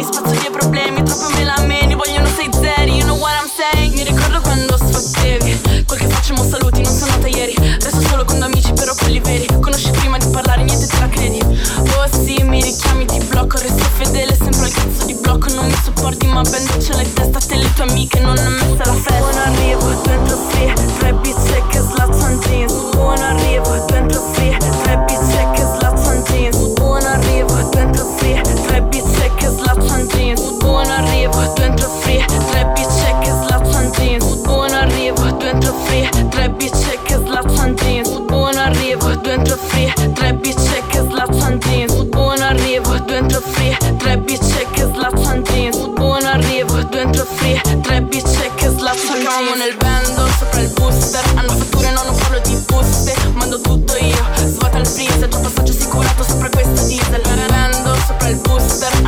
mi spazzo via problemi, troppo me la meni, vogliono 6 zeri, you know what I'm saying. Mi ricordo quando sfottevi, quel che facciamo saluti, non sono nata ieri. Resto solo con 2 amici, però quelli veri. Conosci prima di parlare, niente te la credi. Oh sì, mi richiami, ti blocco, resto fedele, sempre al cazzo di blocco. Non mi sopporti, ma ben c'è la testa, te le tue amiche, non è messa la festa. Buon arrivo, tu entro free, 3 bitch che slazzano jeans. Buon arrivo, tu entro free, 3 bitch che slazzano jeans. Buon arrivo, tu entro free, 3 bitch che slazzano jeans. Buon arrivo, tu entro free, 3 bitch che slazzano jeans. Buon arrivo, tu entro free, 3 bitch che slazzano jeans. Buon arrivo, tu entro free, 3 bitch che slazzano jeans. Buon arrivo, tu entro free, 3 bitch che slazzano jeans. Buon arrivo, tu entro free, 3 bitch che slazzano jeans. Siamo nel bando, sopra il booster. Hanno fatture, no, non parlo di buste. Mando tutto io, svuota il freezer. Già passaggio assicurato sopra questa diesel. Bando, sopra il booster.